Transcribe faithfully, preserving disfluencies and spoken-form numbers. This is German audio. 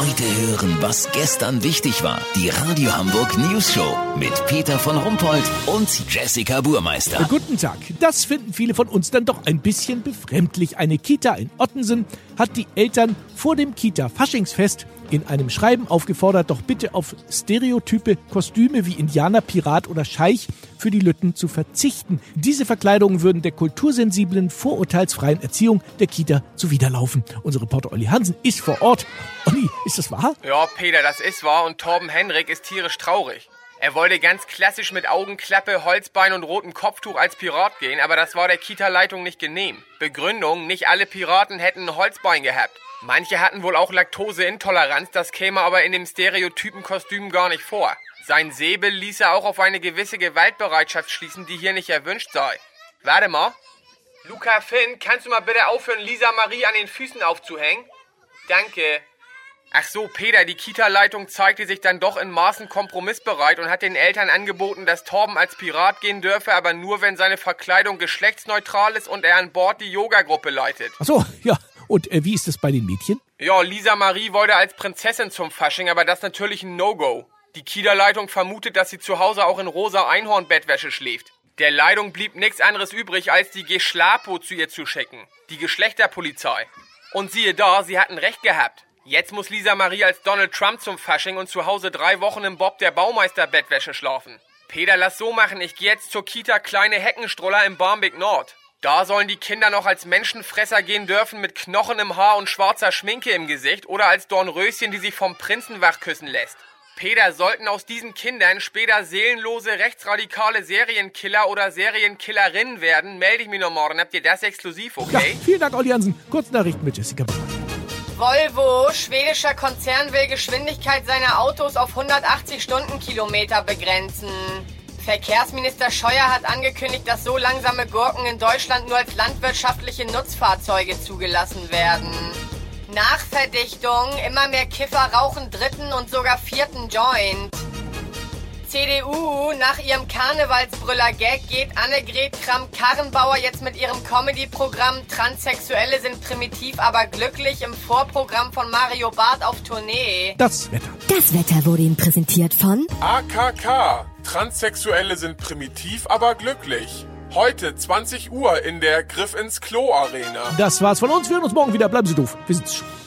Heute hören, was gestern wichtig war. Die Radio Hamburg News Show mit Peter von Rumpold und Jessica Burmeister. Guten Tag. Das finden viele von uns dann doch ein bisschen befremdlich. Eine Kita in Ottensen hat die Eltern vor dem Kita-Faschingsfest in einem Schreiben aufgefordert, doch bitte auf stereotype Kostüme wie Indianer, Pirat oder Scheich für die Lütten zu verzichten. Diese Verkleidungen würden der kultursensiblen, vorurteilsfreien Erziehung der Kita zuwiderlaufen. Unser Reporter Olli Hansen ist vor Ort. Olli, ist das wahr? Ja, Peter, das ist wahr und Torben Henrik ist tierisch traurig. Er wollte ganz klassisch mit Augenklappe, Holzbein und rotem Kopftuch als Pirat gehen, aber das war der Kita-Leitung nicht genehm. Begründung, nicht alle Piraten hätten ein Holzbein gehabt. Manche hatten wohl auch Laktoseintoleranz, das käme aber in dem Stereotypenkostüm gar nicht vor. Sein Säbel ließ er auch auf eine gewisse Gewaltbereitschaft schließen, die hier nicht erwünscht sei. Warte mal. Luca Finn, kannst du mal bitte aufhören, Lisa Marie an den Füßen aufzuhängen? Danke. Ach so, Peter, die Kita-Leitung zeigte sich dann doch in Maßen kompromissbereit und hat den Eltern angeboten, dass Torben als Pirat gehen dürfe, aber nur, wenn seine Verkleidung geschlechtsneutral ist und er an Bord die Yoga-Gruppe leitet. Ach so, ja. Und äh, wie ist es bei den Mädchen? Ja, Lisa Marie wollte als Prinzessin zum Fasching, aber das ist natürlich ein No-Go. Die Kita-Leitung vermutet, dass sie zu Hause auch in rosa Einhorn-Bettwäsche schläft. Der Leitung blieb nichts anderes übrig, als die Geschlapo zu ihr zu schicken. Die Geschlechterpolizei. Und siehe da, sie hatten recht gehabt. Jetzt muss Lisa Marie als Donald Trump zum Fasching und zu Hause drei Wochen im Bob der Baumeister-Bettwäsche schlafen. Peter, lass so machen, ich gehe jetzt zur Kita Kleine Heckenstruller im Barmbek Nord. Da sollen die Kinder noch als Menschenfresser gehen dürfen mit Knochen im Haar und schwarzer Schminke im Gesicht oder als Dornröschen, die sich vom Prinzen wachküssen lässt. Peter, sollten aus diesen Kindern später seelenlose, rechtsradikale Serienkiller oder Serienkillerinnen werden, melde ich mich noch morgen. Habt ihr das exklusiv, okay? Ja, vielen Dank, Olli Hansen. Kurznachrichten mit Jessica Burmeister. Volvo, schwedischer Konzern, will Geschwindigkeit seiner Autos auf hundertachtzig Stundenkilometer begrenzen. Verkehrsminister Scheuer hat angekündigt, dass so langsame Gurken in Deutschland nur als landwirtschaftliche Nutzfahrzeuge zugelassen werden. Nachverdichtung, immer mehr Kiffer rauchen dritten und sogar vierten Joint. C D U, nach ihrem Karnevalsbrüller-Gag geht Annegret Kramp-Karrenbauer jetzt mit ihrem Comedy-Programm Transsexuelle sind primitiv, aber glücklich im Vorprogramm von Mario Barth auf Tournee. Das Wetter. Das Wetter wurde Ihnen präsentiert von A K K. Transsexuelle sind primitiv, aber glücklich. Heute zwanzig Uhr in der Griff ins Klo Arena. Das war's von uns. Wir hören uns morgen wieder. Bleiben Sie doof. Wir sind's schon.